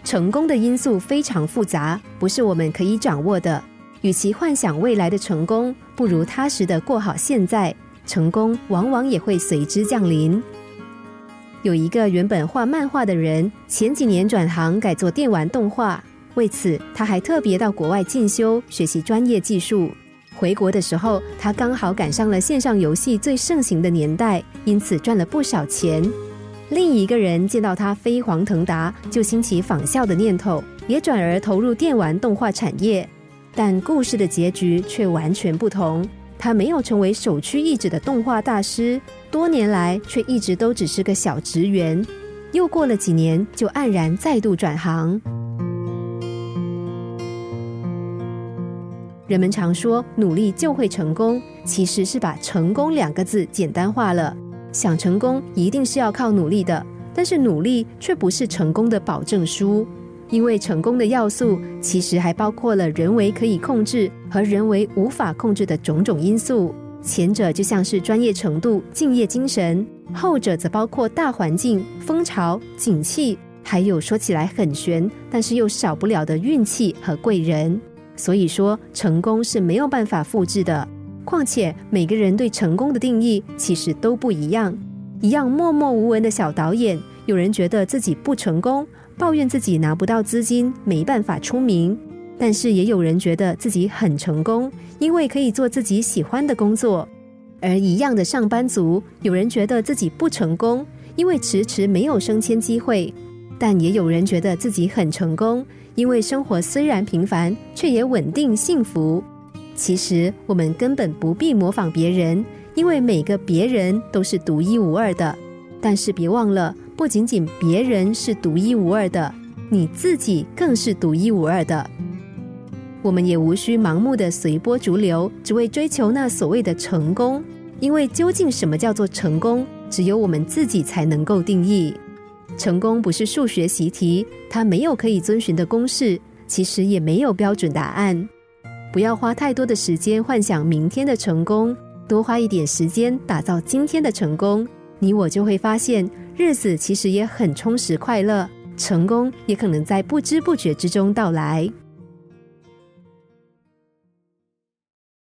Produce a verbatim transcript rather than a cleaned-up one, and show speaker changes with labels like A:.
A: 成功的因素非常复杂，不是我们可以掌握的。与其幻想未来的成功，不如踏实地过好现在，成功往往也会随之降临。有一个原本画漫画的人，前几年转行改做电玩动画，为此他还特别到国外进修，学习专业技术。回国的时候，他刚好赶上了线上游戏最盛行的年代，因此赚了不少钱。另一个人见到他飞黄腾达，就兴起仿效的念头，也转而投入电玩动画产业。但故事的结局却完全不同，他没有成为首屈一指的动画大师，多年来却一直都只是个小职员。又过了几年，就黯然再度转行。人们常说努力就会成功，其实是把成功两个字简单化了。想成功一定是要靠努力的，但是努力却不是成功的保证书。因为成功的要素其实还包括了人为可以控制和人为无法控制的种种因素，前者就像是专业程度、敬业精神，后者则包括大环境、风潮、景气，还有说起来很玄，但是又少不了的运气和贵人。所以说成功是没有办法复制的，况且每个人对成功的定义其实都不一样。一样默默无闻的小导演，有人觉得自己不成功，抱怨自己拿不到资金，没办法出名，但是也有人觉得自己很成功，因为可以做自己喜欢的工作。而一样的上班族，有人觉得自己不成功，因为迟迟没有升迁机会，但也有人觉得自己很成功，因为生活虽然平凡，却也稳定幸福。其实我们根本不必模仿别人，因为每个别人都是独一无二的。但是别忘了，不仅仅别人是独一无二的，你自己更是独一无二的。我们也无需盲目的随波逐流，只为追求那所谓的成功，因为究竟什么叫做成功，只有我们自己才能够定义。成功不是数学习题，它没有可以遵循的公式，其实也没有标准答案。不要花太多的时间幻想明天的成功，多花一点时间打造今天的成功，你我就会发现日子其实也很充实快乐，成功也可能在不知不觉之中到来。